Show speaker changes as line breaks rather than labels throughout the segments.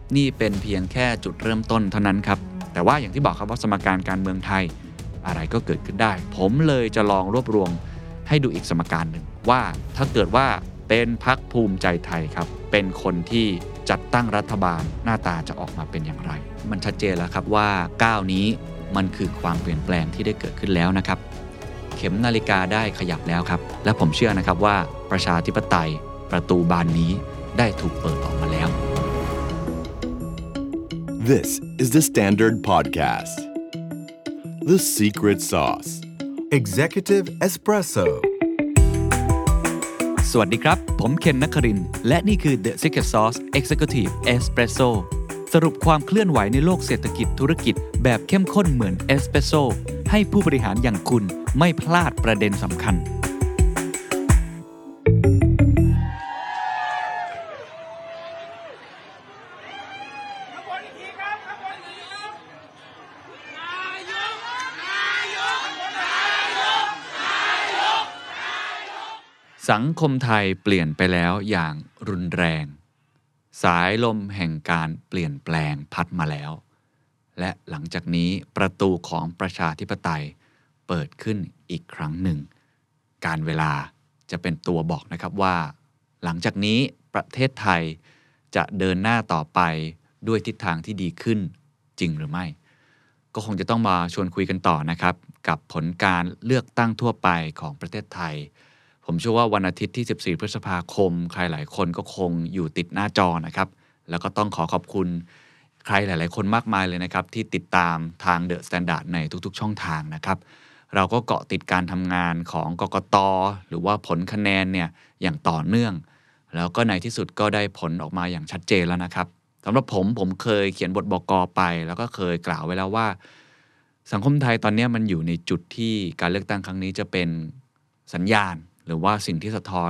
นี่เป็นเพียงแค่จุดเริ่มต้นเท่านั้นครับแต่ว่าอย่างที่บอกครับว่าสมการการเมืองไทยอะไรก็เกิดขึ้นได้ผมเลยจะลองรวบรวมให้ดูอีกสมการหนึ่งว่าถ้าเกิดว่าเป็นพรรคภูมิใจไทยครับเป็นคนที่จัดตั้งรัฐบาลหน้าตาจะออกมาเป็นอย่างไรมันชัดเจนแล้วครับว่าก้าวนี้มันคือความเปลี่ยนแปลงที่ได้เกิดขึ้นแล้วนะครับเข็มนาฬิกาได้ขยับแล้วครับและผมเชื่อนะครับว่าประชาธิปไตยประตูบานนี้ได้ถูกเปิดออกมาแล้ว
This is the Standard Podcast The Secret Sauce
Executive Espresso
สวัสดีครับผมเคนนครินทร์และนี่คือ The Secret Sauce Executive Espresso สรุปความเคลื่อนไหวในโลกเศรษฐกิจธุรกิจแบบเข้มข้นเหมือนเอสเปรสโซ่ให้ผู้บริหารอย่างคุณไม่พลาดประเด็นสำคัญสังคมไทยเปลี่ยนไปแล้วอย่างรุนแรงสายลมแห่งการเปลี่ยนแปลงพัดมาแล้วและหลังจากนี้ประตูของประชาธิปไตยเปิดขึ้นอีกครั้งหนึ่งการเวลาจะเป็นตัวบอกนะครับว่าหลังจากนี้ประเทศไทยจะเดินหน้าต่อไปด้วยทิศทางที่ดีขึ้นจริงหรือไม่ก็คงจะต้องมาชวนคุยกันต่อนะครับกับผลการเลือกตั้งทั่วไปของประเทศไทยผมเชื่อว่าวันอาทิตย์ที่14พฤษภาคมใครหลายคนก็คงอยู่ติดหน้าจอนะครับแล้วก็ต้องขอบคุณใครหลายๆคนมากมายเลยนะครับที่ติดตามทาง The Standard ในทุกๆช่องทางนะครับเราก็เกาะติดการทำงานของกกต.หรือว่าผลคะแนนเนี่ยอย่างต่อเนื่องแล้วก็ในที่สุดก็ได้ผลออกมาอย่างชัดเจนแล้วนะครับสำหรับผมเคยเขียนบทบก.ไปแล้วก็เคยกล่าวไว้แล้วว่าสังคมไทยตอนนี้มันอยู่ในจุดที่การเลือกตั้งครั้งนี้จะเป็นสัญญาณหรือว่าสิ่งที่สะท้อน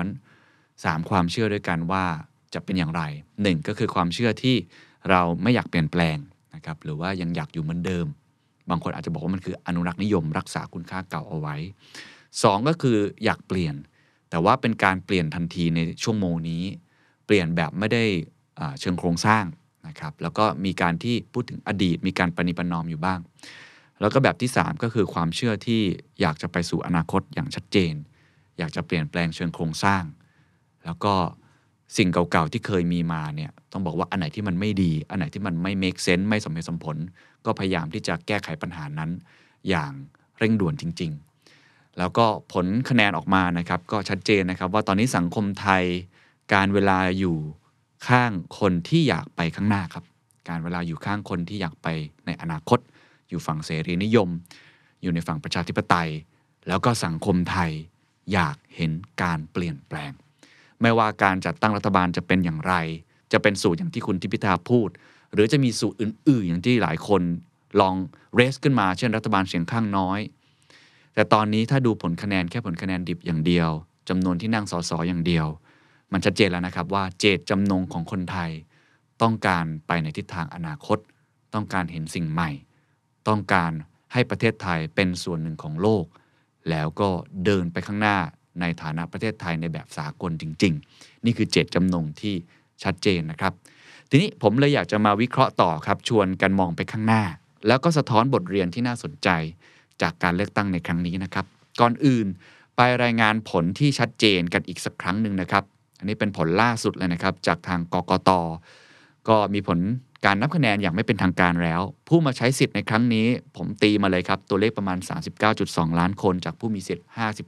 3ความเชื่อด้วยกันว่าจะเป็นอย่างไร1ก็คือความเชื่อที่เราไม่อยากเปลี่ยนแปลงนะครับหรือว่ายังอยากอยู่เหมือนเดิมบางคนอาจจะบอกว่ามันคืออนุรักษ์นิยมรักษาคุณค่าเก่าเอาไว้2ก็คืออยากเปลี่ยนแต่ว่าเป็นการเปลี่ยนทันทีในชั่วโมงนี้เปลี่ยนแบบไม่ได้เชิงโครงสร้างนะครับแล้วก็มีการที่พูดถึงอดีตมีการประนีประนอมอยู่บ้างแล้วก็แบบที่3ก็คือความเชื่อที่อยากจะไปสู่อนาคตอย่างชัดเจนอยากจะเปลี่ยนแปลงเชิงโครงสร้างแล้วก็สิ่งเก่าๆที่เคยมีมาเนี่ยต้องบอกว่าอันไหนที่มันไม่ดีอันไหนที่มันไม่ make sense ไม่สมเหตุสมผลก็พยายามที่จะแก้ไขปัญหานั้นอย่างเร่งด่วนจริงๆแล้วก็ผลคะแนนออกมานะครับก็ชัดเจนนะครับว่าตอนนี้สังคมไทยการเวลาอยู่ข้างคนที่อยากไปข้างหน้าครับการเวลาอยู่ข้างคนที่อยากไปในอนาคตอยู่ฝั่งเสรีนิยมอยู่ในฝั่งประชาธิปไตยแล้วก็สังคมไทยอยากเห็นการเปลี่ยนแปลงไม่ว่าการจัดตั้งรัฐบาลจะเป็นอย่างไรจะเป็นสูตรอย่างที่คุณทิพิธาพูดหรือจะมีสูตรอื่นๆอย่างที่หลายคนลองเรสขึ้นมาเช่นรัฐบาลเสียงข้างน้อยแต่ตอนนี้ถ้าดูผลคะแนนแค่ผลคะแนนดิบอย่างเดียวจำนวนที่นั่งสสอย่างเดียวมันชัดเจนแล้วนะครับว่าเจตจำนงของคนไทยต้องการไปในทิศทางอนาคตต้องการเห็นสิ่งใหม่ต้องการให้ประเทศไทยเป็นส่วนหนึ่งของโลกแล้วก็เดินไปข้างหน้าในฐานะประเทศไทยในแบบสากลจริงๆนี่คือเจตจำนงที่ชัดเจนนะครับทีนี้ผมเลยอยากจะมาวิเคราะห์ต่อครับชวนกันมองไปข้างหน้าแล้วก็สะท้อนบทเรียนที่น่าสนใจจากการเลือกตั้งในครั้งนี้นะครับก่อนอื่นไปรายงานผลที่ชัดเจนกันอีกสักครั้งหนึ่งนะครับอันนี้เป็นผลล่าสุดเลยนะครับจากทางกกต.ก็มีผลการนับคะแนนอย่างไม่เป็นทางการแล้วผู้มาใช้สิทธิ์ในครั้งนี้ผมตีมาเลยครับตัวเลขประมาณ 39.2 ล้านคนจากผู้มีสิทธิ์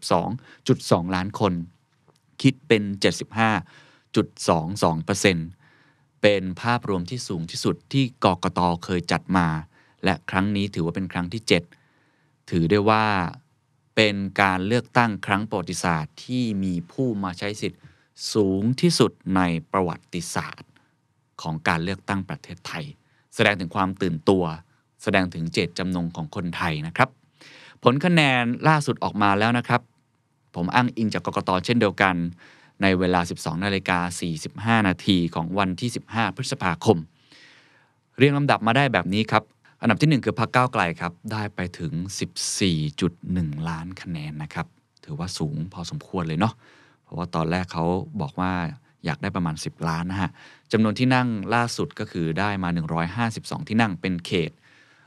52.2 ล้านคนคิดเป็น 75.22% เป็นภาพรวมที่สูงที่สุดที่กกต.เคยจัดมาและครั้งนี้ถือว่าเป็นครั้งที่7ถือได้ว่าเป็นการเลือกตั้งครั้งประวัติศาสตร์ที่มีผู้มาใช้สิทธิ์สูงที่สุดในประวัติศาสตร์ของการเลือกตั้งประเทศไทยแสดงถึงความตื่นตัวแสดงถึงเจตจำนงของคนไทยนะครับผลคะแนนล่าสุดออกมาแล้วนะครับผมอ้างอิงจากกกต.เช่นเดียวกันในเวลา 12:45 น.ของวันที่15พฤษภาคมเรียงลำดับมาได้แบบนี้ครับอันดับที่1คือพรรคก้าวไกลครับได้ไปถึง 14.1 ล้านคะแนนนะครับถือว่าสูงพอสมควรเลยเนาะเพราะว่าตอนแรกเขาบอกว่าอยากได้ประมาณ10 ล้านนะฮะจำนวนที่นั่งล่าสุดก็คือได้มา152ที่นั่งเป็นเขต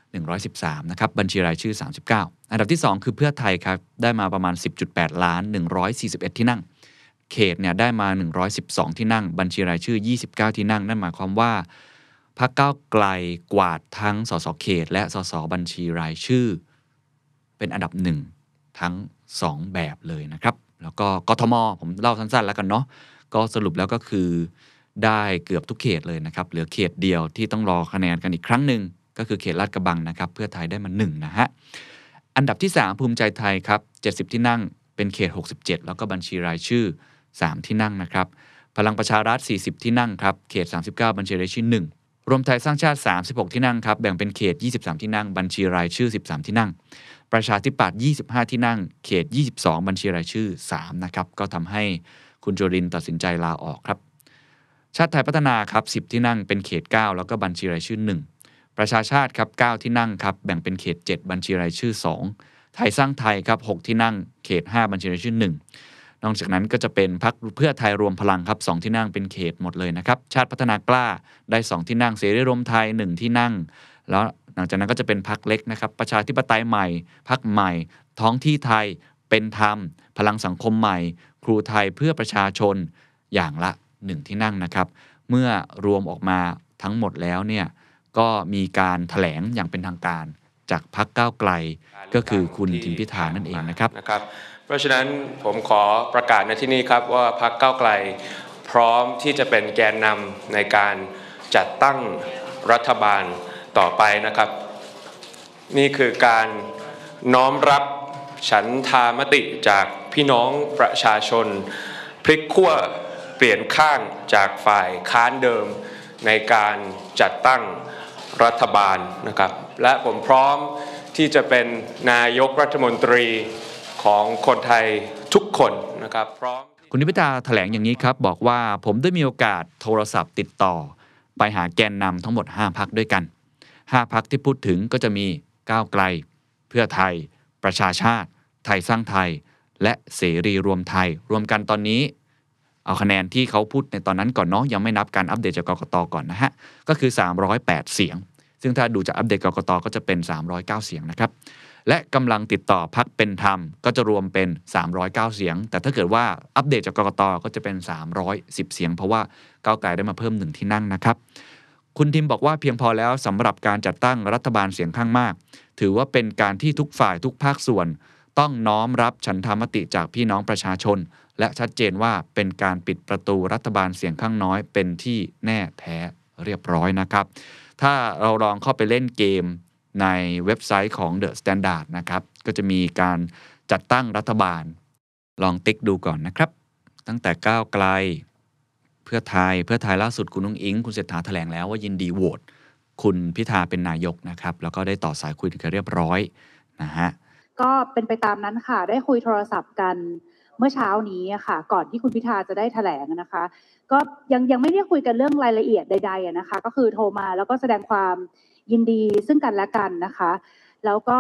113นะครับบัญชีรายชื่อ39อันดับที่2คือเพื่อไทยครับได้มาประมาณ 10.8 ล้าน141ที่นั่งเขตเนี่ยได้มา112ที่นั่งบัญชีรายชื่อ29ที่นั่งนั่นหมายความว่าพรรคก้าวไกลกวาดทั้งสสเขตและสสบัญชีรายชื่อเป็นอันดับ1ทั้ง2แบบเลยนะครับแล้วก็กทมผมเล่าสั้นๆแล้วกันเนาะก็สรุปแล้วก็คือได้เกือบทุกเขตเลยนะครับเหลือเขตเดียวที่ต้องรอคะแนนกันอีกครั้งหนึ่งก็คือเขตลาดกระบังนะครับเพื่อไทยได้มา1นะฮะอันดับที่3ภูมิใจไทยครับ70ที่นั่งเป็นเขต67แล้วก็บัญชีรายชื่อ3ที่นั่งนะครับพลังประชารัฐ40ที่นั่งครับเขต39บัญชีรายชื่อ1รวมไทยสร้างชาติ36ที่นั่งครับแบ่งเป็นเขต23ที่นั่งบัญชีรายชื่อ13ที่นั่งประชาธิปัตย์25ที่นั่งเขต22บัญชีรายชื่อ3นะครับก็ทำให้คุณจุรินทร์ตัดสินใจลาออกครับชาติไทยพัฒนาครับ10ที่นั่งเป็นเขต9แล้วก็บัญชีรายชื่อ1ประชาชาติครับ9ที่นั่งครับแบ่งเป็นเขต7บัญชีรายชื่อ2ไทยสร้างไทยครับ6ที่นั่งเขต5บัญชีรายชื่อ1นอกจากนั้นก็จะเป็นพรรคเพื่อไทยรวมพลังครับ2ที่นั่งเป็นเขตหมดเลยนะครับชาติพัฒนากล้าได้2ที่นั่งเสรีรวมไทย1ที่นั่งแล้วหลังจากนั้นก็จะเป็นพรรคเล็กนะครับประชาธิปไตยใหม่พรรคใหม่ท้องที่ไทยเป็นธรรมพลังสังคมใหม่ครูไทยเพื่อประชาชนอย่างละ1ที่นั่งนะครับเมื่อรวมออกมาทั้งหมดแล้วเนี่ยก็มีการแถลงอย่างเป็นทางการจากพรรคก้าวไกลก็คือคุณทิมพิธานั่นเองนะครับ
เพราะฉะนั้นผมขอประกาศในที่นี้ครับว่าพรรคก้าวไกลพร้อมที่จะเป็นแกนนำในการจัดตั้งรัฐบาลต่อไปนะครับนี่คือการน้อมรับฉันทามติจากพี่น้องประชาชนพลิกขั้วเปลี่ยนข้างจากฝ่ายค้านเดิมในการจัดตั้งรัฐบาลนะครับและผมพร้อมที่จะเป็นนายกรัฐมนตรีของคนไทยทุกคนนะครับพร้อม
คุณทิมพิธาแถลงอย่างนี้ครับบอกว่าผมได้มีโอกาสโทรศัพท์ติดต่อไปหาแกนนำทั้งหมด5พรรคด้วยกัน5พรรคที่พูดถึงก็จะมีก้าวไกลเพื่อไทยประชาชาติไทยสร้างไทยและเสรีรวมไทยรวมกันตอนนี้เอาคะแนนที่เขาพูดในตอนนั้นก่อนเนาะยังไม่นับการอัปเดตจากกกต.ก่อนนะฮะก็คือ308เสียงซึ่งถ้าดูจากอัปเดตกกต.ก็จะเป็น309เสียงนะครับและกำลังติดต่อพรรคเป็นธรรมก็จะรวมเป็น309เสียงแต่ถ้าเกิดว่าอัปเดตจากกกต.ก็จะเป็น310เสียงเพราะว่าก้าวไกลได้มาเพิ่ม1ที่นั่งนะครับคุณทิมบอกว่าเพียงพอแล้วสำหรับการจัดตั้งรัฐบาลเสียงข้างมากถือว่าเป็นการที่ทุกฝ่ายทุกภาคส่วนต้องน้อมรับฉันทามติจากพี่น้องประชาชนและชัดเจนว่าเป็นการปิดประตูรัฐบาลเสียงข้างน้อยเป็นที่แน่แท้เรียบร้อยนะครับถ้าเราลองเข้าไปเล่นเกมในเว็บไซต์ของ The Standard นะครับก็จะมีการจัดตั้งรัฐบาลลองติ๊กดูก่อนนะครับตั้งแต่ก้าวไกลเพื่อไทยล่าสุดคุณนุ้งอิงคุณเศรษฐาแถลงแล้วว่ายินดีโหวตคุณพิธาเป็นนายกนะครับแล้วก็ได้ต่อสายคุยกันเรียบร้อยนะฮะ
ก็เป็นไปตามนั้นค่ะได้คุยโทรศัพท์กันเมื่อเช้านี้ค่ะก่อนที่คุณพิธาจะได้แถลงนะคะก็ยังไม่ได้คุยกันเรื่องรายละเอียดใดๆนะคะก็คือโทรมาแล้วก็แสดงความยินดีซึ่งกันและกันนะคะแล้วก็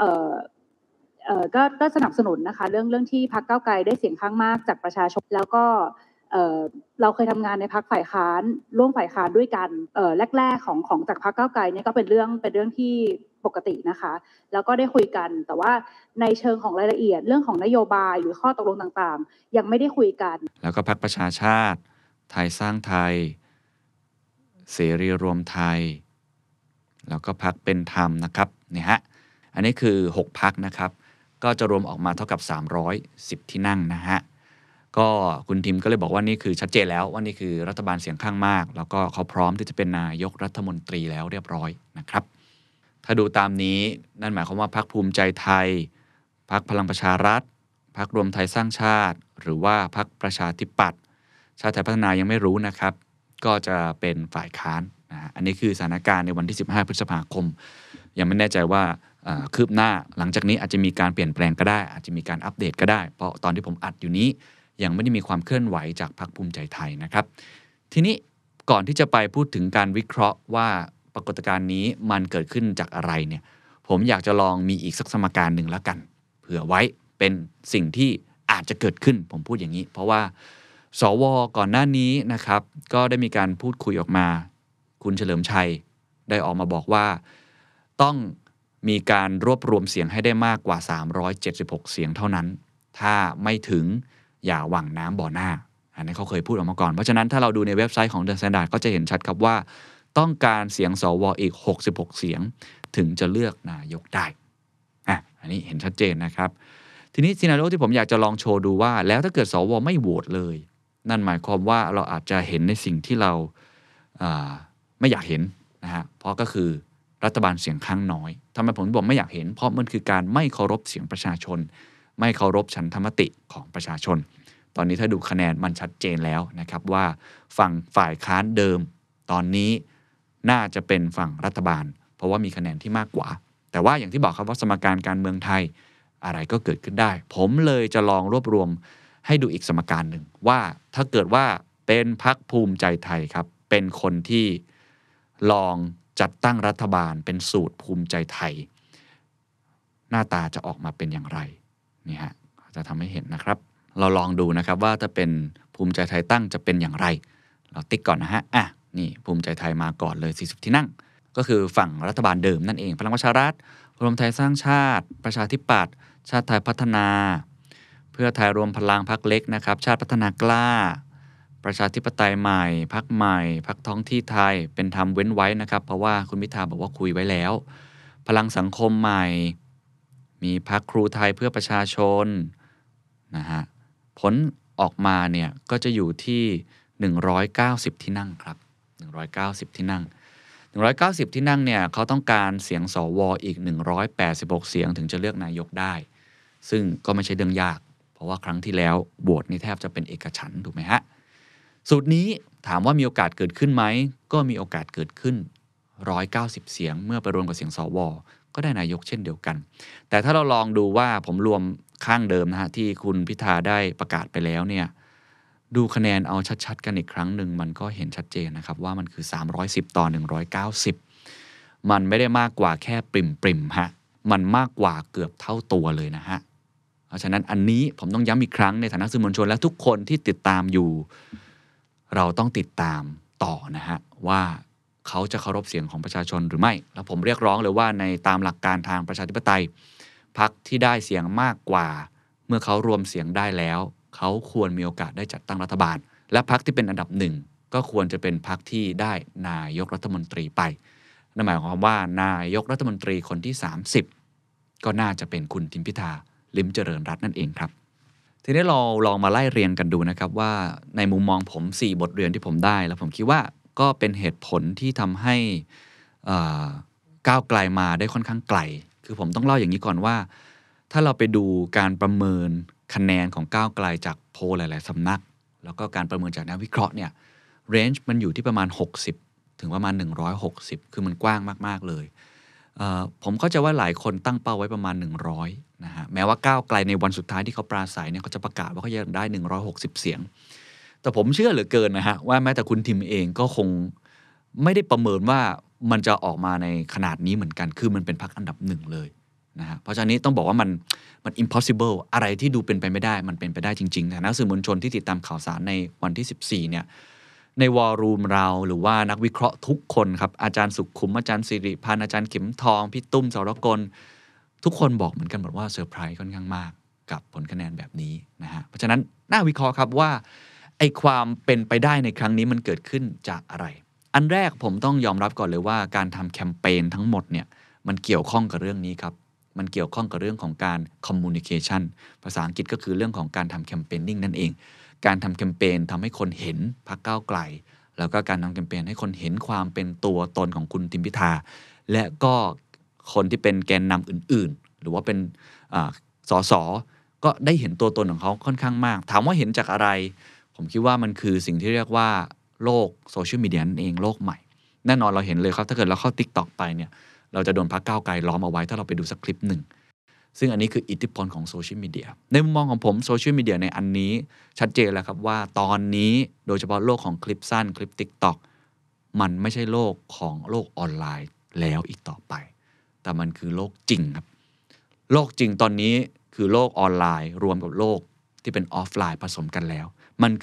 ก็สนับสนุนนะคะเรื่องที่พรรคก้าวไกลได้เสียงข้างมากจากประชาชนแล้วก็เราเคยทำงานในพรรคฝ่ายค้านร่วมฝ่ายค้านด้วยกันแรกๆของจากพรรคก้าวไกลเนี่ยก็เป็นเรื่องที่ปกตินะคะแล้วก็ได้คุยกันแต่ว่าในเชิงของรายละเอียดเรื่องของนโยบายหรือข้อตกลงต่างๆยังไม่ได้คุยกัน
แล้วก็พรรคประชาชาติไทยสร้างไทยเสรีรวมไทยแล้วก็พรรคเป็นธรรมนะครับเนี่ยฮะอันนี้คือ6พรรคนะครับก็จะรวมออกมาเท่ากับ310ที่นั่งนะฮะก็คุณทิมก็เลยบอกว่านี่คือชัดเจนแล้วว่านี่คือรัฐบาลเสียงข้างมากแล้วก็เขาพร้อมที่จะเป็นนายกรัฐมนตรีแล้วเรียบร้อยนะครับถ้าดูตามนี้นั่นหมายความว่าพรรคภูมิใจไทยพรรคพลังประชารัฐพรรครวมไทยสร้างชาติหรือว่าพรรคประชาธิปัตย์ชาติไทยพัฒนายังไม่รู้นะครับก็จะเป็นฝ่ายค้านนะอันนี้คือสถานการณ์ในวันที่15พฤษภาคมยังไม่แน่ใจว่าคืบหน้าหลังจากนี้อาจจะมีการเปลี่ยนแปลงก็ได้อาจจะมีการอัปเดตก็ได้เพราะตอนที่ผมอัดอยู่นี้ยังไม่ได้มีความเคลื่อนไหวจากพรรคภูมิใจไทยนะครับทีนี้ก่อนที่จะไปพูดถึงการวิเคราะห์ว่าปรากฏการณ์นี้มันเกิดขึ้นจากอะไรเนี่ยผมอยากจะลองมีอีกสักสมการหนึ่งแล้วกันเผื่อไว้เป็นสิ่งที่อาจจะเกิดขึ้นผมพูดอย่างนี้เพราะว่าสวก่อนหน้านี้นะครับก็ได้มีการพูดคุยออกมาคุณเฉลิมชัยได้ออกมาบอกว่าต้องมีการรวบรวมเสียงให้ได้มากกว่า376เสียงเท่านั้นถ้าไม่ถึงอย่าหวั่งน้ำบ่อหน้าอันนี้เขาเคยพูดออกมาก่อนเพราะฉะนั้นถ้าเราดูในเว็บไซต์ของ The Standard ก็จะเห็นชัดครับว่าต้องการเสียงสวอีก66เสียงถึงจะเลือกนายกได้อันนี้เห็นชัดเจนนะครับทีนี้ซีนาริโอที่ผมอยากจะลองโชว์ดูว่าแล้วถ้าเกิดสวไม่โหวตเลยนั่นหมายความว่าเราอาจจะเห็นในสิ่งที่เราไม่อยากเห็นนะฮะเพราะก็คือรัฐบาลเสียงข้างน้อยทำไมผมบอกไม่อยากเห็นเพราะมันคือการไม่เคารพเสียงประชาชนไม่เคารพฉันทามติของประชาชนตอนนี้ถ้าดูคะแนนมันชัดเจนแล้วนะครับว่าฝั่งฝ่ายค้านเดิมตอนนี้น่าจะเป็นฝั่งรัฐบาลเพราะว่ามีคะแนนที่มากกว่าแต่ว่าอย่างที่บอกครับว่าสมการการเมืองไทยอะไรก็เกิดขึ้นได้ผมเลยจะลองรวบรวมให้ดูอีกสมการหนึ่งว่าถ้าเกิดว่าเป็นพรรคภูมิใจไทยครับเป็นคนที่ลองจัดตั้งรัฐบาลเป็นสูตรภูมิใจไทยหน้าตาจะออกมาเป็นอย่างไรนี่ฮะจะทำให้เห็นนะครับเราลองดูนะครับว่าถ้าเป็นภูมิใจไทยตั้งจะเป็นอย่างไรเราติ๊กก่อนนะฮะนี่ภูมิใจไทยมาก่อนเลย40ที่นั่งก็คือฝั่งรัฐบาลเดิมนั่นเองพลังประชารัฐรวมไทยสร้างชาติประชาธิปัตย์ชาติไทยพัฒนาเพื่อไทยรวมพลังพรรคเล็กนะครับชาติพัฒนากล้าประชาธิปไตยใหม่พรรคใหม่พรรคท้องที่ไทยเป็นธรรมเว้นไว้นะครับเพราะว่าคุณพิธาบอกว่าคุยไว้แล้วพลังสังคมใหม่มีพรรคครูไทยเพื่อประชาชนนะฮะผลออกมาเนี่ยก็จะอยู่ที่190ที่นั่งครับ190ที่นั่ง190ที่นั่งเนี่ยเขาต้องการเสียงสวอีก186เสียงถึงจะเลือกนายกได้ซึ่งก็ไม่ใช่เรื่องยากเพราะว่าครั้งที่แล้วโหวตนี่แทบจะเป็นเอกฉันท์ถูกไหมฮะสูตรนี้ถามว่ามีโอกาสเกิดขึ้นไหมก็มีโอกาสเกิดขึ้น190เสียงเมื่อไปรวมกับเสียงสวก็ได้นายกเช่นเดียวกันแต่ถ้าเราลองดูว่าผมรวมข้างเดิมนะฮะที่คุณพิธาได้ประกาศไปแล้วเนี่ยดูคะแนนเอาชัดๆกันอีกครั้งหนึ่งมันก็เห็นชัดเจนนะครับว่ามันคือ310ต่อ190มันไม่ได้มากกว่าแค่ปริมฮะมันมากกว่าเกือบเท่าตัวเลยนะฮะเพราะฉะนั้นอันนี้ผมต้องย้ำอีกครั้งในฐานะสื่อมวลชนและทุกคนที่ติดตามอยู่เราต้องติดตามต่อนะฮะว่าเขาจะเคารพเสียงของประชาชนหรือไม่แล้วผมเรียกร้องเลยว่าในตามหลักการทางประชาธิปไตยพรรคที่ได้เสียงมากกว่าเมื่อเขารวมเสียงได้แล้วเขาควรมีโอกาสได้จัดตั้งรัฐบาลและพรรคที่เป็นอันดับหนึ่งก็ควรจะเป็นพรรคที่ได้นายกรัฐมนตรีไปนั่นหมายความว่านายกรัฐมนตรีคนที่30ก็น่าจะเป็นคุณทิมพิธาลิ้มเจริญรัตน์นั่นเองครับทีนี้เราลองมาไล่เรียงกันดูนะครับว่าในมุมมองผม4บทเรียนที่ผมได้แล้วผมคิดว่าก็เป็นเหตุผลที่ทำให้ก้าวไกลมาได้ค่อนข้างไกลคือผมต้องเล่าอย่างนี้ก่อนว่าถ้าเราไปดูการประเมินคะแนนของก้าวไกลจากโพลหลายๆสำนักแล้วก็การประเมินจากนักวิเคราะห์เนี่ยเรนจ์มันอยู่ที่ประมาณ60ถึงประมาณ160คือมันกว้างมากๆเลยผมเข้าใจว่าหลายคนตั้งเป้าไว้ประมาณ100นะฮะแม้ว่าก้าวไกลในวันสุดท้ายที่เขาปราศัยเนี่ยเขาจะประกาศว่าเขาอยากได้160เสียงแต่ผมเชื่อเหลือเกินนะฮะว่าแม้แต่คุณทิมเองก็คงไม่ได้ประเมินว่ามันจะออกมาในขนาดนี้เหมือนกันคือมันเป็นพรรคอันดับหนึ่งเลยนะฮะเพราะฉะนั้นต้องบอกว่ามัน impossible อะไรที่ดูเป็นไปไม่ได้มันเป็นไปได้จริงๆแต่นักสื่อมวลชนที่ติดตามข่าวสารในวันที่14เนี่ยในวอลลุ่มเราหรือว่านักวิเคราะห์ทุกคนครับอาจารย์สุขุมอาจารย์สิริพันธ์อาจารย์เข็มทองพี่ตุ้มสรกลทุกคนบอกเหมือนกันหมดว่าเซอร์ไพรส์ค่อนข้างมากกับผลคะแนนแบบนี้นะฮะเพราะฉะนั้นน่าวิเคราะห์ครับว่าไอ้ความเป็นไปได้ในครั้งนี้มันเกิดขึ้นจากอะไรอันแรกผมต้องยอมรับก่อนเลยว่าการทำแคมเปญทั้งหมดเนี่ยมันเกี่ยวข้องกับเรื่องนี้ครับมันเกี่ยวข้องกับเรื่องของการ communication ภาษาอังกฤษก็คือเรื่องของการทำแคมเปญนิ่งนั่นเองการทำแคมเปญทำให้คนเห็นพรรคก้าวไกลแล้วก็การทำแคมเปญให้คนเห็นความเป็นตัวตนของคุณทิมพิธาและก็คนที่เป็นแกนนำอื่นๆหรือว่าเป็นสสก็ได้เห็นตัวตนของเขาค่อนข้างมากถามว่าเห็นจากอะไรผมคิดว่ามันคือสิ่งที่เรียกว่าโลกโซเชียลมีเดียนั่นเองโลกใหม่แน่นอนเราเห็นเลยครับถ้าเกิดเราเข้า TikTok ไปเนี่ยเราจะโดนพรรคก้าวไกลล้อมเอาไว้ถ้าเราไปดูสักคลิปหนึ่งซึ่งอันนี้คืออิทธิพลของโซเชียลมีเดียในมุมมองของผมโซเชียลมีเดียในอันนี้ชัดเจนแล้วครับว่าตอนนี้โดยเฉพาะโลกของคลิปสั้นคลิป TikTok มันไม่ใช่โลกของโลกออนไลน์แล้วอีกต่อไปแต่มันคือโลกจริงครับโลกจริงตอนนี้คือโลกออนไลน์รวมกับโลกที่เป็นออฟไลน์ผสมกันแล้วมันคือ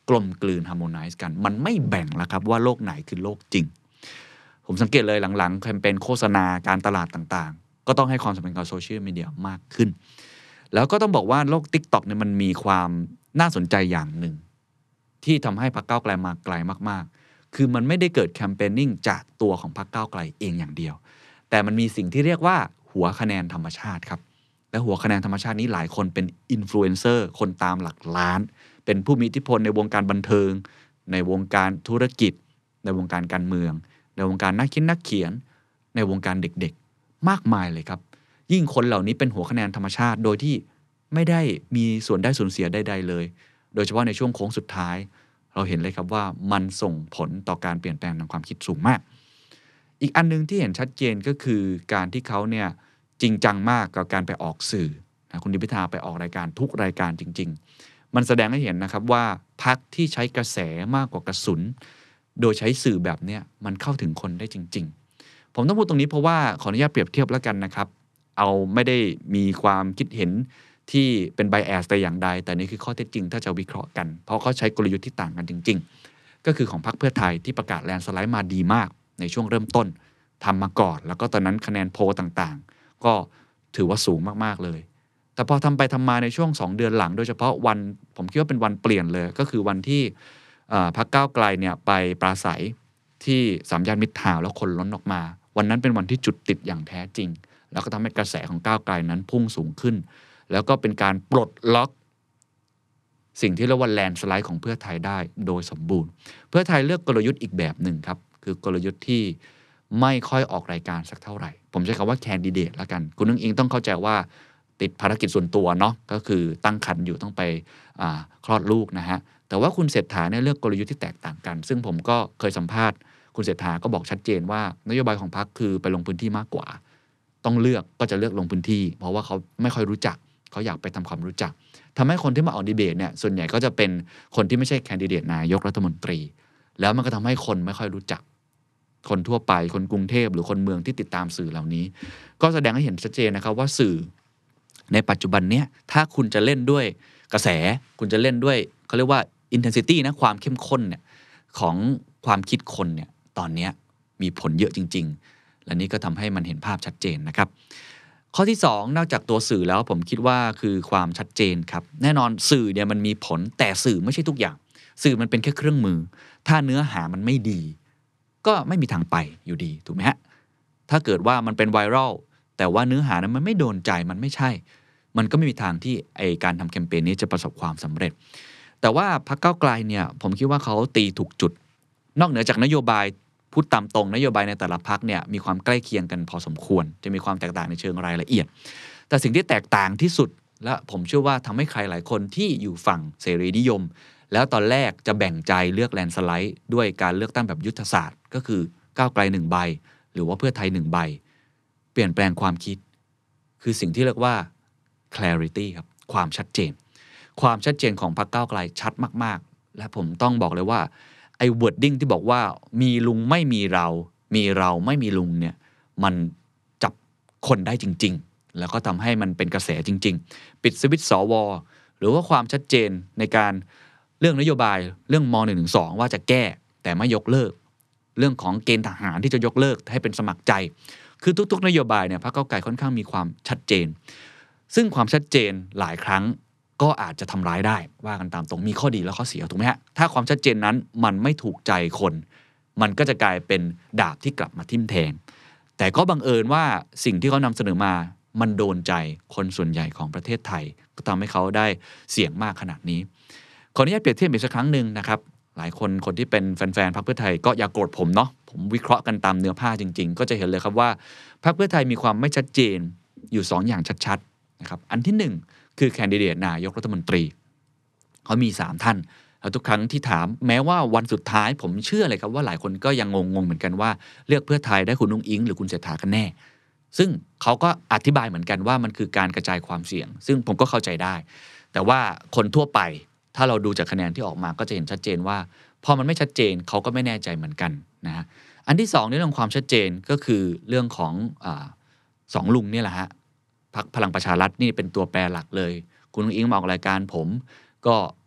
กลมกลืน harmonize กันมันไม่แบ่งแล้วครับว่าโลกไหนคือโลกจริงผมสังเกตเลยหลังๆแคมเปญโฆษณาการตลาดต่างๆก็ต้องให้ความสำคัญกับโซเชียลมีเดียมากขึ้นแล้วก็ต้องบอกว่าโลก TikTok เนี่ยมันมีความน่าสนใจอย่างหนึ่งที่ทำให้พรรคก้าวไกลมาไกลมากๆคือมันไม่ได้เกิดแคมเปญนิ่งจากตัวของพรรคก้าวไกลเองอย่างเดียวแต่มันมีสิ่งที่เรียกว่าหัวคะแนนธรรมชาติครับและหัวคะแนนธรรมชาตินี้หลายคนเป็นอินฟลูเอนเซอร์คนตามหลักล้านเป็นผู้มีอิทธิพลในวงการบันเทิงในวงการธุรกิจในวงการการเมืองในวงการนักคิดนักเขียนในวงการเด็กๆมากมายเลยครับยิ่งคนเหล่านี้เป็นหัวคะแนนธรรมชาติโดยที่ไม่ได้มีส่วนได้ส่วนเสียใดๆเลยโดยเฉพาะในช่วงโค้งสุดท้ายเราเห็นเลยครับว่ามันส่งผลต่อการเปลี่ยนแปลงทางความคิดสูงมากอีกอันนึงที่เห็นชัดเจนก็คือการที่เขาเนี่ยจริงจังมากกับการไปออกสื่อนะคุณทิมพิธาไปออกรายการทุกรายการจริงๆมันแสดงให้เห็นนะครับว่าพรรคที่ใช้กระแสมากกว่ากระสุนโดยใช้สื่อแบบเนี้ยมันเข้าถึงคนได้จริงๆผมต้องพูดตรงนี้เพราะว่าขออนุญาตเปรียบเทียบแล้วกันนะครับเอาไม่ได้มีความคิดเห็นที่เป็นไบแอสแต่อย่างใดแต่นี่คือข้อเท็จจริงถ้าจะวิเคราะห์กันเพราะเขาใช้กลยุทธ์ที่ต่างกันจริงๆก็คือของพรรคเพื่อไทยที่ประกาศแลนด์สไลด์มาดีมากในช่วงเริ่มต้นทำมาก่อนแล้วก็ตอนนั้นคะแนนโพลต่างๆก็ถือว่าสูงมากๆเลยแต่พอทำไปทำมาในช่วง2เดือนหลังโดยเฉพาะวันผมคิดว่าเป็นวันเปลี่ยนเลยก็คือวันที่พรรคก้าวไกลเนี่ยไปปราศัยที่สามย่านมิตรทาวน์แล้วคนล้นออกมาวันนั้นเป็นวันที่จุดติดอย่างแท้จริงแล้วก็ทำให้กระแสของก้าวไกลนั้นพุ่งสูงขึ้นแล้วก็เป็นการปลดล็อกสิ่งที่เรียกว่าแลนด์สไลด์ของเพื่อไทยได้โดยสมบูรณ์เพื่อไทยเลือกกลยุทธ์อีกแบบหนึ่งครับคือกลยุทธ์ที่ไม่ค่อยออกรายการสักเท่าไหร่ผมใช้คำว่าแคนดิเดตละกันคุณนุ้งอิงต้องเข้าใจว่าติดภารกิจส่วนตัวเนาะก็คือตั้งครรภ์อยู่ต้องไปคลอดลูกนะฮะแต่ว่าคุณเศรษฐาเนี่ยเลือกกลยุทธ์ที่แตกต่างกันซึ่งผมก็เคยสัมภาษณ์คุณเศรษฐาก็บอกชัดเจนว่านโยบายของพรรคคือไปลงพื้นที่มากกว่าต้องเลือกก็จะเลือกลงพื้นที่เพราะว่าเขาไม่ค่อยรู้จักเขาอยากไปทำความรู้จักทำให้คนที่มาออกดีเบตเนี่ยส่วนใหญ่ก็จะเป็นคนที่ไม่ใช่แคนดิเดตนายกรัฐมนตรีแล้วมันก็ทำให้คนไม่ค่อยรู้จักคนทั่วไปคนกรุงเทพหรือคนเมืองที่ติดตามสื่อเหล่านี้ก็แสดงให้เห็นชัดเจนนะครับว่าสื่อในปัจจุบันเนี้ยถ้าคุณจะเล่นด้วยกระแสคุณจะเล่นด้วยเขาเรียกว่า intensity นะความเข้มข้นเนี่ยของความคิดคนเนี่ยตอนนี้มีผลเยอะจริงๆและนี้ก็ทำให้มันเห็นภาพชัดเจนนะครับข้อที่2นอกจากตัวสื่อแล้วผมคิดว่าคือความชัดเจนครับแน่นอนสื่อเนี่ยมันมีผลแต่สื่อไม่ใช่ทุกอย่างสื่อมันเป็นแค่เครื่องมือถ้าเนื้อหามันไม่ดีก็ไม่มีทางไปอยู่ดีถูกไหมฮะถ้าเกิดว่ามันเป็นไวรัลแต่ว่าเนื้อหานั้นมันไม่โดนใจมันไม่ใช่มันก็ไม่มีทางที่การทำแคมเปญนี้จะประสบความสำเร็จแต่ว่าพรรคก้าวไกลเนี่ยผมคิดว่าเขาตีถูกจุดนอกเหนือจากนโยบายพูดตามตรงนโยบายในแต่ละพรรคเนี่ยมีความใกล้เคียงกันพอสมควรจะมีความแตกต่างในเชิงรายละเอียดแต่สิ่งที่แตกต่างที่สุดและผมเชื่อว่าทำให้ใครหลายคนที่อยู่ฝั่งเสรีนิยมแล้วตอนแรกจะแบ่งใจเลือกแลนด์สไลด์ด้วยการเลือกตั้งแบบยุทธศาสตร์ก็คือก้าวไกล1ใบหรือว่าเพื่อไทย1ใบเปลี่ยนแปลงความคิดคือสิ่งที่เรียกว่า clarity ครับความชัดเจนความชัดเจนของพรรคก้าวไกลชัดมากๆและผมต้องบอกเลยว่าไอ้ wording ที่บอกว่ามีลุงไม่มีเรามีเราไม่มีลุงเนี่ยมันจับคนได้จริงๆแล้วก็ทำให้มันเป็นกระแสจริงๆปิดสวิตช์สวหรือว่าความชัดเจนในการเรื่องนโยบายเรื่องม.112 ว่าจะแก้แต่ไม่ยกเลิกเรื่องของเกณฑ์ทหารที่จะยกเลิกให้เป็นสมัครใจคือทุกๆนโยบายเนี่ยพรรคก้าวไกลค่อนข้างมีความชัดเจนซึ่งความชัดเจนหลายครั้งก็อาจจะทำร้ายได้ว่ากันตามตรงมีข้อดีและข้อเสียถูกไหมฮะถ้าความชัดเจนนั้นมันไม่ถูกใจคนมันก็จะกลายเป็นดาบที่กลับมาทิ่มแทงแต่ก็บังเอิญว่าสิ่งที่เขานำเสนอมามันโดนใจคนส่วนใหญ่ของประเทศไทยก็ทำให้เขาได้เสียงมากขนาดนี้ขออนุญาตเปรียบเทียบอีกสักครั้งหนึ่งนะครับหลายคนที่เป็นแฟนๆพรรคเพื่อไทยก็อย่าโกรธผมเนาะผมวิเคราะห์กันตามเนื้อผ้าจริงๆก็จะเห็นเลยครับว่าพรรคเพื่อไทยมีความไม่ชัดเจนอยู่2อย่างชัดๆนะครับอันที่1คือแคนดิเดตนายกรัฐมนตรีเขามี3ท่านแล้วทุกครั้งที่ถามแม้ว่าวันสุดท้ายผมเชื่อเลยครับว่าหลายคนก็ยังงงเหมือนกันว่าเลือกเพื่อไทยได้คุณนุ้งอิงหรือคุณเศรษฐากันแน่ซึ่งเขาก็อธิบายเหมือนกันว่ามันคือการกระจายความเสี่ยงซึ่งผมก็เข้าใจได้แต่ว่าคนทั่วไปถ้าเราดูจากคะแนนที่ออกมาก็จะเห็นชัดเจนว่าพอมันไม่ชัดเจนเขาก็ไม่แน่ใจเหมือนกันนะฮะอันที่2ในเรื่องความชัดเจนก็คือเรื่องของ2ลุงนี่แหละฮะพรรคพลังประชารัฐนี่เป็นตัวแปรหลักเลยคุณนุ้งอิงมาออกรายการผมก็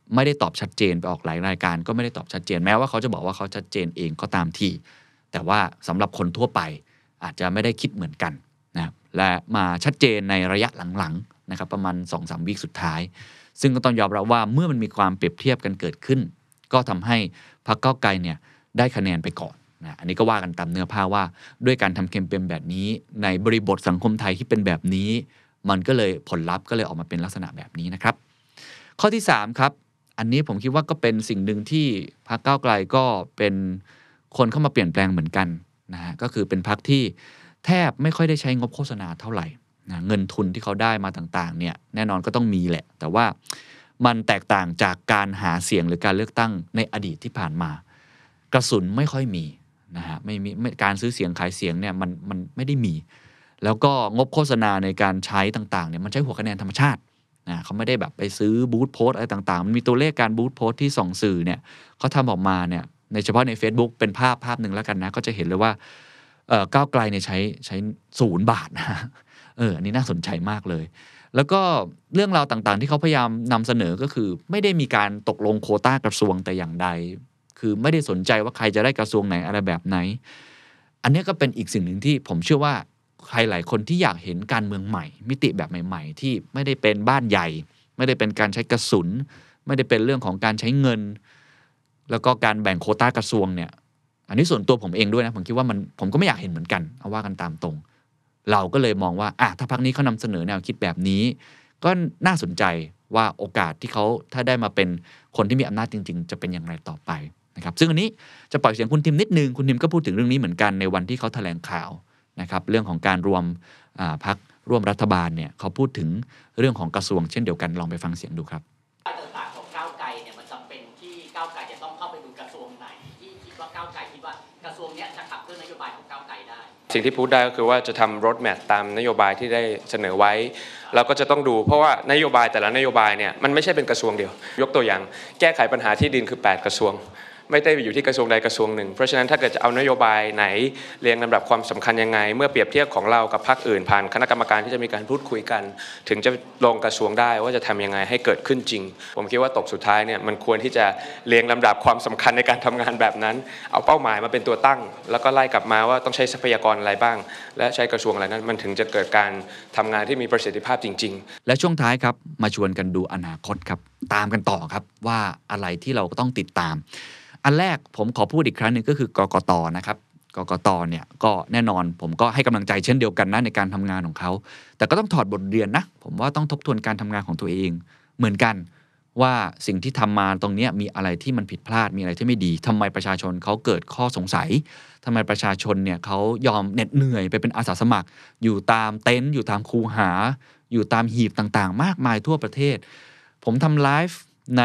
ไม่ได้ตอบชัดเจนไปออกหลายรายการก็ไม่ได้ตอบชัดเจนแม้ว่าเขาจะบอกว่าเขาชัดเจนเองก็ตามทีแต่ว่าสำหรับคนทั่วไปอาจจะไม่ได้คิดเหมือนกันนะครับและมาชัดเจนในระยะหลังๆนะครับประมาณ 2-3 วีคสุดท้ายซึ่งก็ต้องยอมรับว่าเมื่อมันมีความเปรียบเทียบกันเกิดขึ้นก็ทำให้พรรคก้าวไกลเนี่ยได้คะแนนไปก่อนนะอันนี้ก็ว่ากันตามเนื้อผ้าว่าด้วยการทำแคมเปญแบบนี้ในบริบทสังคมไทยที่เป็นแบบนี้มันก็เลยผลลัพธ์ก็เลยออกมาเป็นลักษณะแบบนี้นะครับข้อที่3ครับอันนี้ผมคิดว่าก็เป็นสิ่งหนึ่งที่พรรคก้าวไกลก็เป็นคนเข้ามาเปลี่ยนแปลงเหมือนกันนะฮะก็คือเป็นพรรคที่แทบไม่ค่อยได้ใช้งบโฆษณาเท่าไหร่นะเงินทุนที่เขาได้มาต่างๆเนี่ยแน่นอนก็ต้องมีแหละแต่ว่ามันแตกต่างจากการหาเสียงหรือการเลือกตั้งในอดีตที่ผ่านมากระสุนไม่ค่อยมีนะฮะไม่มีการซื้อเสียงขายเสียงเนี่ยมันไม่ได้มีแล้วก็งบโฆษณาในการใช้ต่างๆเนี่ยมันใช้หัวคะแนนธรรมชาตินะเขาไม่ได้แบบไปซื้อบูธโพสอะไรต่างๆมันมีตัวเลขการบูธโพสที่ส่องสื่อเนี่ยเขาทำออกมาเนี่ยในเฉพาะใน Facebook เป็นภาพหนึ่งแล้วกันนะก็จะเห็นเลยว่าก้าวไกลเนี่ยใช้0 บาทนะอันนี้น่าสนใจมากเลยแล้วก็เรื่องราวต่างๆที่เขาพยายามนำเสนอก็คือไม่ได้มีการตกลงโควต้ากระทรวงแต่อย่างใดคือไม่ได้สนใจว่าใครจะได้กระทรวงไหนอะไรแบบไหนอันนี้ก็เป็นอีกสิ่งหนึ่งที่ผมเชื่อว่าใครหลายคนที่อยากเห็นการเมืองใหม่มิติแบบใหม่ๆที่ไม่ได้เป็นบ้านใหญ่ไม่ได้เป็นการใช้กระสุนไม่ได้เป็นเรื่องของการใช้เงินแล้วก็การแบ่งโควต้ากระทรวงเนี่ยอันนี้ส่วนตัวผมเองด้วยนะผมคิดว่าผมก็ไม่อยากเห็นเหมือนกันเอาว่ากันตามตรงเราก็เลยมองว่าถ้าพรรคนี้เขานำเสนอแนวคิดแบบนี้ก็น่าสนใจว่าโอกาสที่เขาถ้าได้มาเป็นคนที่มีอำนาจจริงๆจะเป็นอย่างไรต่อไปนะครับซึ่งอันนี้จะปล่อยเสียงคุณทิมนิดนึงคุณทิมก็พูดถึงเรื่องนี้เหมือนกันในวันที่เขาแถลงข่าวนะครับเรื่องของการรวมพรรคร่วมรัฐบาลเนี่ยเขาพูดถึงเรื่องของกระทรวงเช่นเดียวกันลองไปฟังเสียงดูครับ
ต่างของก้าวไกลเนี่ยมันจำเป็นที่ก้าวไกลจะต้องเข้าไปดูกระทรวงไหนที่คิดว่าก้าวไกลคิดว่ากระทรวงนี้จะขับเคลื่อนนโยบายของก้าวไกลได้
สิ่งที่พูดได้ก็คือว่าจะทำรถแมพตามนโยบายที่ได้เสนอไว้เราก็จะต้องดูเพราะว่านโยบายแต่ละนโยบายเนี่ยมันไม่ใช่เป็นกระทรวงเดียวยกตัวอย่างแก้ไขปัญหาที่ดินคือ8กระทรวงไม่ได้อยู่ที่กระทรวงใดกระทรวงหนึ่งเพราะฉะนั้นถ้าเกิดจะเอานโยบายไหนเรียงลำดับความสำคัญยังไงเมื่อเปรียบเทียบของเรากับพรรคอื่นผ่านคณะกรรมการที่จะมีการพูดคุยกันถึงจะลงกระทรวงได้ว่าจะทำยังไงให้เกิดขึ้นจริงผมคิดว่าตกสุดท้ายเนี่ยมันควรที่จะเรียงลำดับความสำคัญในการทำงานแบบนั้นเอาเป้าหมายมาเป็นตัวตั้งแล้วก็ไล่กลับมาว่าต้องใช้ทรัพยากรอะไรบ้างและใช้กระทรวงอะไรนั้นมันถึงจะเกิดการทำงานที่มีประสิทธิภาพจริง
ๆและช่วงท้ายครับมาชวนกันดูอนาคตครับตามกันต่อครับว่าอะไรที่เราต้องติดตามอันแรกผมขอพูดอีกครั้งนึงก็คือกกต.นะครับกกต.เนี่ยก็แน่นอนผมก็ให้กำลังใจเช่นเดียวกันนะในการทำงานของเขาแต่ก็ต้องถอดบทเรียนนะผมว่าต้องทบทวนการทำงานของตัวเองเหมือนกันว่าสิ่งที่ทำมาตรงนี้มีอะไรที่มันผิดพลาดมีอะไรที่ไม่ดีทำไมประชาชนเขาเกิดข้อสงสัยทำไมประชาชนเนี่ยเขายอมเหน็ดเหนื่อยไปเป็นอาสาสมัครอยู่ตามเต็นท์อยู่ตามคูหาอยู่ตามหีบต่างๆมากมายทั่วประเทศผมทำไลฟ์ใน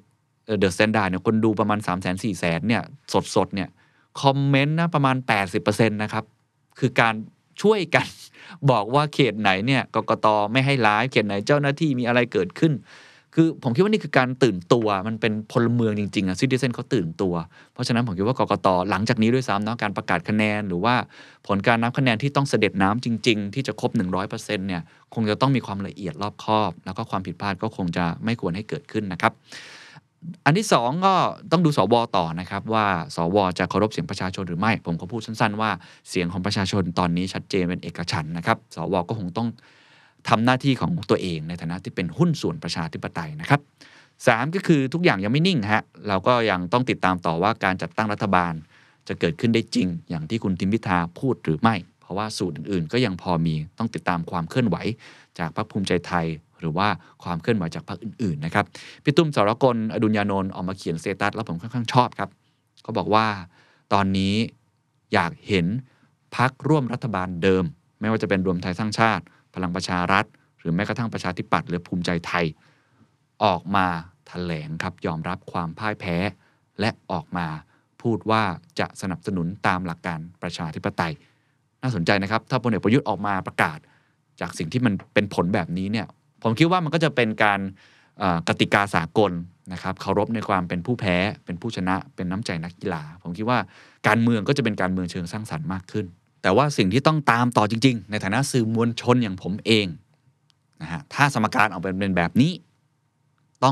The Standard เนี่ยคนดูประมาณ 300,000-400,000 เนี่ยสดๆเนี่ยคอมเมนต์นะประมาณ 80% นะครับคือการช่วยกันบอกว่าเขตไหนเนี่ยกกต.ไม่ให้ไลฟ์เขตไหนเจ้าหน้าที่มีอะไรเกิดขึ้นคือผมคิดว่านี่คือการตื่นตัวมันเป็นพลเมืองจริงๆซิติเซนเขาตื่นตัวเพราะฉะนั้นผมคิดว่ากกต.หลังจากนี้ด้วยซ้ำเนาะการประกาศคะแนนหรือว่าผลการนับคะแนนที่ต้องเสด็จน้ำจริงๆที่จะครบ 100% เนี่ยคงจะต้องมีความละเอียดรอบคอบแล้วก็ความผิดพลาดก็คงจะไม่ควรให้เกิดขึ้นนะครับอันที่2ก็ต้องดูสวต่อนะครับว่าสวจะเคารพเสียงประชาชนหรือไม่ผมก็พูดสั้นๆว่าเสียงของประชาชนตอนนี้ชัดเจนเป็นเอกฉันท์นะครับสวก็คงต้องทำหน้าที่ของตัวเองในฐานะที่เป็นหุ้นส่วนประชาธิปไตยนะครับ3ก็คือทุกอย่างยังไม่นิ่งฮะเราก็ยังต้องติดตามต่อว่าการจัดตั้งรัฐบาลจะเกิดขึ้นได้จริงอย่างที่คุณทิมพิธาพูดหรือไม่เพราะว่าสูตรอื่นๆก็ยังพอมีต้องติดตามความเคลื่อนไหวจากพรรคภูมิใจไทยหรือว่าความเคลื่อนไหวจากพรรคอื่นๆนะครับพี่ตุ้มสรกลอดุลยานนท์ออกมาเขียนสเตตัสแล้วผมค่อนข้างชอบครับเขาบอกว่าตอนนี้อยากเห็นพรรคร่วมรัฐบาลเดิมไม่ว่าจะเป็นรวมไทยสร้างชาติพลังประชารัฐหรือแม้กระทั่งประชาธิปัตย์หรือภูมิใจไทยออกมาแถลงครับยอมรับความพ่ายแพ้และออกมาพูดว่าจะสนับสนุนตามหลักการประชาธิปไตยน่าสนใจนะครับถ้าพลเอกประยุทธ์ออกมาประกาศจากสิ่งที่มันเป็นผลแบบนี้เนี่ยผมคิดว่ามันก็จะเป็นการกติกาสากลนะครับเคารพในความเป็นผู้แพ้เป็นผู้ชนะเป็นน้ำใจนักกีฬาผมคิดว่าการเมืองก็จะเป็นการเมืองเชิงสร้างสรรค์มากขึ้นแต่ว่าสิ่งที่ต้องตามต่อจริงๆในฐานะสื่อมวลชนอย่างผมเองนะฮะถ้าสมการออกเป็นแบบนี้ต้อง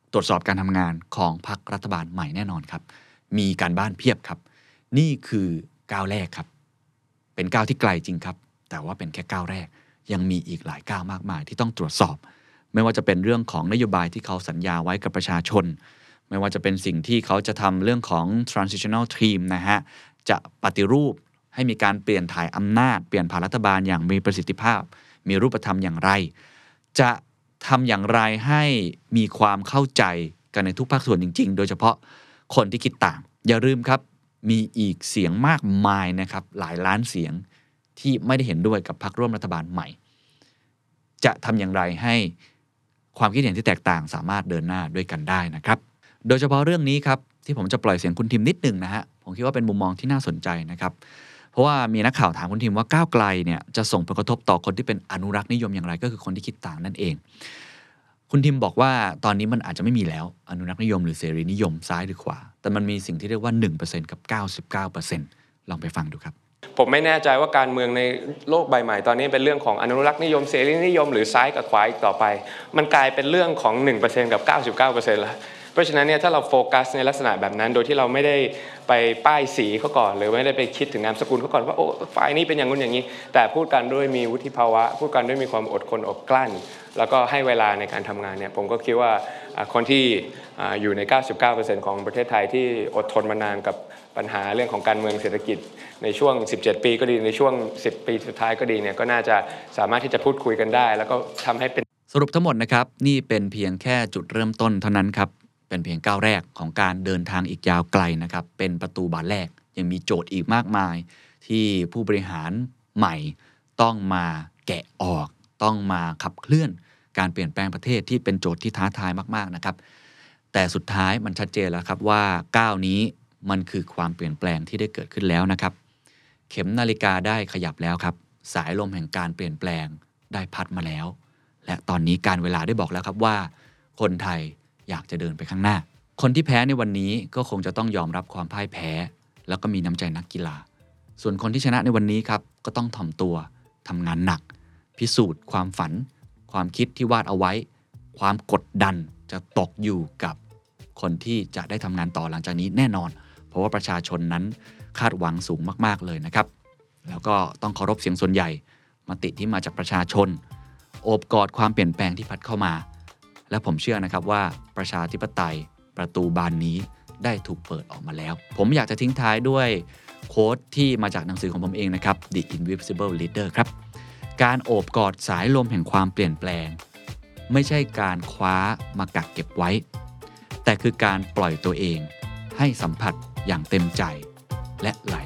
ตรวจสอบการทำงานของพรรครัฐบาลใหม่แน่นอนครับมีการบ้านเพียบครับนี่คือก้าวแรกครับเป็นก้าวที่ไกลจริงครับแต่ว่าเป็นแค่ก้าวแรกยังมีอีกหลายก้าวมากมายที่ต้องตรวจสอบไม่ว่าจะเป็นเรื่องของนโยบายที่เขาสัญญาไว้กับประชาชนไม่ว่าจะเป็นสิ่งที่เขาจะทำเรื่องของ transitional team นะฮะจะปฏิรูปให้มีการเปลี่ยนถ่ายอำนาจเปลี่ยนผ่านรัฐบาลอย่างมีประสิทธิภาพมีรูปธรรมอย่างไรจะทำอย่างไรให้มีความเข้าใจกันในทุกภาคส่วนจริงๆโดยเฉพาะคนที่คิดต่างอย่าลืมครับมีอีกเสียงมากมายนะครับหลายล้านเสียงที่ไม่ได้เห็นด้วยกับพรรคร่วมรัฐบาลใหม่จะทำอย่างไรให้ความคิดเห็นที่แตกต่างสามารถเดินหน้าด้วยกันได้นะครับโดยเฉพาะเรื่องนี้ครับที่ผมจะปล่อยเสียงคุณทิมนิดนึงนะฮะผมคิดว่าเป็นมุมมองที่น่าสนใจนะครับเพราะว่ามีนักข่าวถามคุณทิมว่าก้าวไกลเนี่ยจะส่งผลกระทบต่อคนที่เป็นอนุรักษ์นิยมอย่างไรก็คือคนที่คิดต่างนั่นเองคุณทิมบอกว่าตอนนี้มันอาจจะไม่มีแล้วอนุรักษ์นิยมหรือเสรีนิยมซ้ายหรือขวาแต่มันมีสิ่งที่เรียกว่า 1% กับ 99% ลองไปฟังดูครับ
ผมไม่แน่ใจว่าการเมืองในโลกใบใหม่ตอนนี้เป็นเรื่องของอนุรักษ์นิยมเสรีนิยมหรือซ้ายกับขวาอีกต่อไปมันกลายเป็นเรื่องของ 1% กับ 99% แล้วเพราะฉะนั้นเนี่ยถ้าเราโฟกัสในลักษณะแบบนั้นโดยที่เราไม่ได้ไปป้ายสีเขาก่อนหรือไม่ได้ไปคิดถึงนามสกุลเขาก่อนว่าโอ้ฝ่ายนี้เป็นอย่างนู้นอย่างนี้แต่พูดกันด้วยมีวุฒิภาวะพูดกันด้วยมีความอดทนอดกลั้นแล้วก็ให้เวลาในการทำงานเนี่ยผมก็คิดว่าคนที่อยู่ใน 99% ของประเทศไทยที่อดทนมานานกับปัญหาเรื่องของการเมืองเศรษฐกิจในช่วง17ปีก็ดีในช่วง10ปีสุดท้ายก็ดีเนี่ยก็น่าจะสามารถที่จะพูดคุยกันได้แล้วก็ทำให้เป็น
สรุปทั้งหมดนะครับนี่เป็นเพียงแค่จุดเริ่มต้นเท่านั้นครับเป็นเพียงก้าวแรกของการเดินทางอีกยาวไกลนะครับเป็นประตูบานแรกยังมีโจทย์อีกมากมายที่ผู้บริหารใหม่ต้องมาแกะออกต้องมาขับเคลื่อนการเปลี่ยนแปลงประเทศที่เป็นโจทย์ที่ท้าทายมากๆนะครับแต่สุดท้ายมันชัดเจนแล้วครับว่าก้าวนี้มันคือความเปลี่ยนแปลงที่ได้เกิดขึ้นแล้วนะครับเข็มนาฬิกาได้ขยับแล้วครับสายลมแห่งการเปลี่ยนแปลงได้พัดมาแล้วและตอนนี้การเวลาได้บอกแล้วครับว่าคนไทยอยากจะเดินไปข้างหน้าคนที่แพ้ในวันนี้ก็คงจะต้องยอมรับความพ่ายแพ้แล้วก็มีน้ำใจนักกีฬาส่วนคนที่ชนะในวันนี้ครับก็ต้องถ่อมตัวทำงานหนักพิสูจน์ความฝันความคิดที่วาดเอาไว้ความกดดันจะตกอยู่กับคนที่จะได้ทำงานต่อหลังจากนี้แน่นอนเพราะว่าประชาชนนั้นคาดหวังสูงมากๆเลยนะครับแล้วก็ต้องเคารพเสียงส่วนใหญ่มติที่มาจากประชาชนโอบกอดความเปลี่ยนแปลงที่พัดเข้ามาและผมเชื่อนะครับว่าประชาธิปไตยประตูบานนี้ได้ถูกเปิดออกมาแล้วผมอยากจะทิ้งท้ายด้วยโค้ดที่มาจากหนังสือของผมเองนะครับ The Invisible Leader ครับการโอบกอดสายลมแห่งความเปลี่ยนแปลงไม่ใช่การคว้ามากักเก็บไว้แต่คือการปล่อยตัวเองให้สัมผัสอย่างเต็มใจและไหล